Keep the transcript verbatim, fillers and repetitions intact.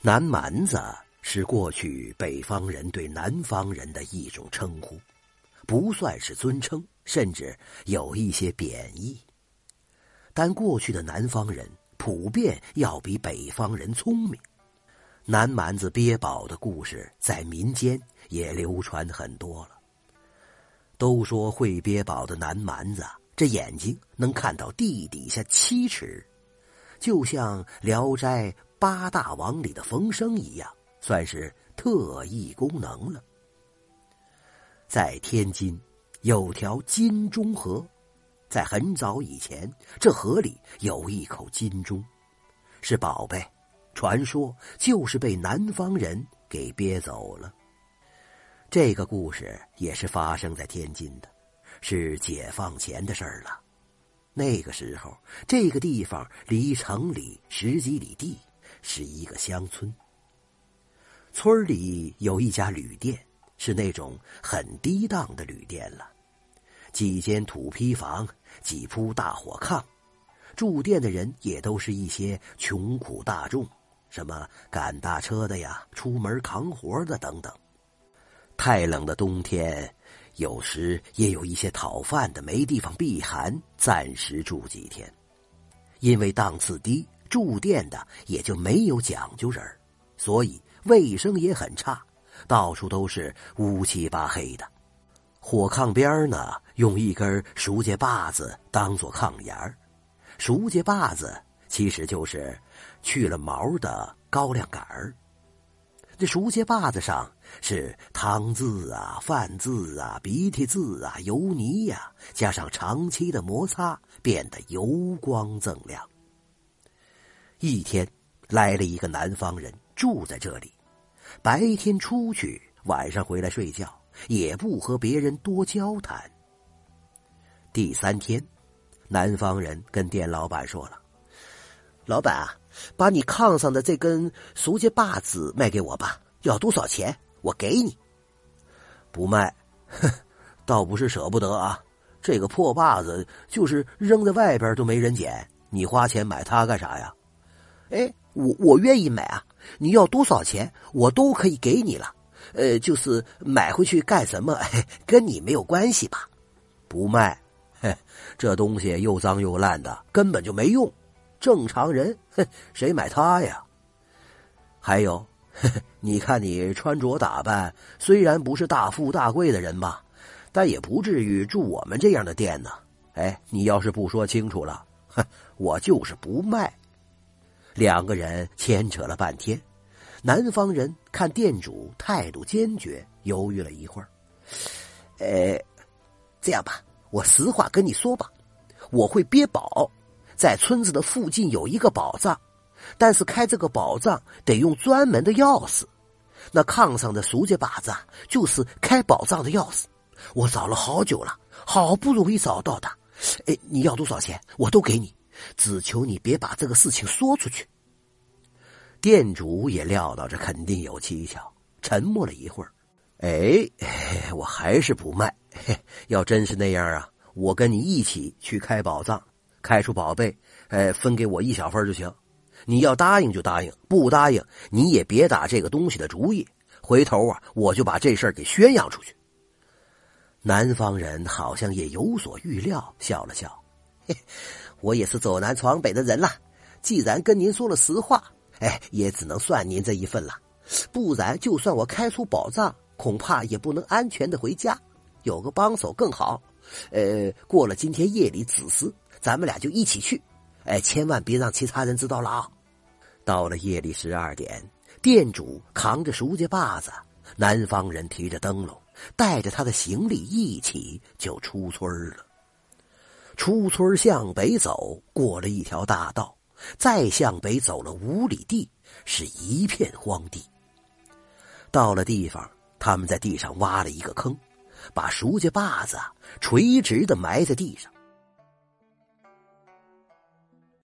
南蛮子是过去北方人对南方人的一种称呼，不算是尊称，甚至有一些贬义。但过去的南方人普遍要比北方人聪明。南蛮子憋宝的故事在民间也流传很多了。都说会憋宝的南蛮子这眼睛能看到地底下七尺，就像《聊斋八大王》里的冯生一样，算是特异功能了。在天津有条金钟河，在很早以前，这河里有一口金钟，是宝贝，传说就是被南方人给憋走了。这个故事也是发生在天津的，是解放前的事儿了。那个时候，这个地方离城里十几里地，是一个乡村。村里有一家旅店，是那种很低档的旅店了，几间土坯房，几铺大火炕，住店的人也都是一些穷苦大众，什么赶大车的呀，出门扛活的等等。太冷的冬天，有时也有一些讨饭的没地方避寒，暂时住几天。因为档次低，住店的也就没有讲究人，所以卫生也很差，到处都是乌漆八黑的。火炕边呢，用一根熟秸笆子当作炕沿儿。熟秸笆子其实就是去了毛的高粱杆儿。这熟秸笆子上是汤渍啊、饭渍啊、鼻涕渍啊、油泥呀、啊，加上长期的摩擦，变得油光锃亮。一天来了一个南方人住在这里，白天出去，晚上回来睡觉，也不和别人多交谈。第三天，南方人跟店老板说了：“老板啊，把你炕上的这根熟秸笆子卖给我吧，要多少钱我给你。”“不卖。”“哼，倒不是舍不得啊，这个破笆子就是扔在外边都没人捡，你花钱买它干啥呀？”“哎，我我愿意买啊，你要多少钱我都可以给你了，呃，就是买回去干什么，哎，跟你没有关系吧。”“不卖，嘿，这东西又脏又烂的，根本就没用。正常人，哼，谁买它呀？还有，呵呵，你看你穿着打扮，虽然不是大富大贵的人吧，但也不至于住我们这样的店呢。哎，你要是不说清楚了，哼，我就是不卖。”两个人牵扯了半天，南方人看店主态度坚决，犹豫了一会儿。“呃，这样吧，我实话跟你说吧，我会憋宝。在村子的附近有一个宝藏，但是开这个宝藏得用专门的钥匙。那炕上的熟秸笆子就是开宝藏的钥匙，我找了好久了，好不容易找到的。哎，你要多少钱我都给你，只求你别把这个事情说出去。”店主也料到这肯定有蹊跷，沉默了一会儿。哎，我还是不卖。要真是那样啊，我跟你一起去开宝藏，开出宝贝，哎，分给我一小份就行。你要答应就答应，不答应你也别打这个东西的主意，回头啊，我就把这事儿给宣扬出去。南方人好像也有所预料，笑了笑：“嘿，我也是走南闯北的人了，既然跟您说了实话，哎，也只能算您这一份了。不然就算我开出宝藏，恐怕也不能安全的回家，有个帮手更好。呃，过了今天夜里子时，咱们俩就一起去，哎，千万别让其他人知道了啊。”到了夜里十二点，店主扛着熟秸笆子，南方人提着灯笼，带着他的行李一起就出村了。出村向北走，过了一条大道，再向北走了五里地，是一片荒地。到了地方，他们在地上挖了一个坑，把熟秸笆子垂直的埋在地上，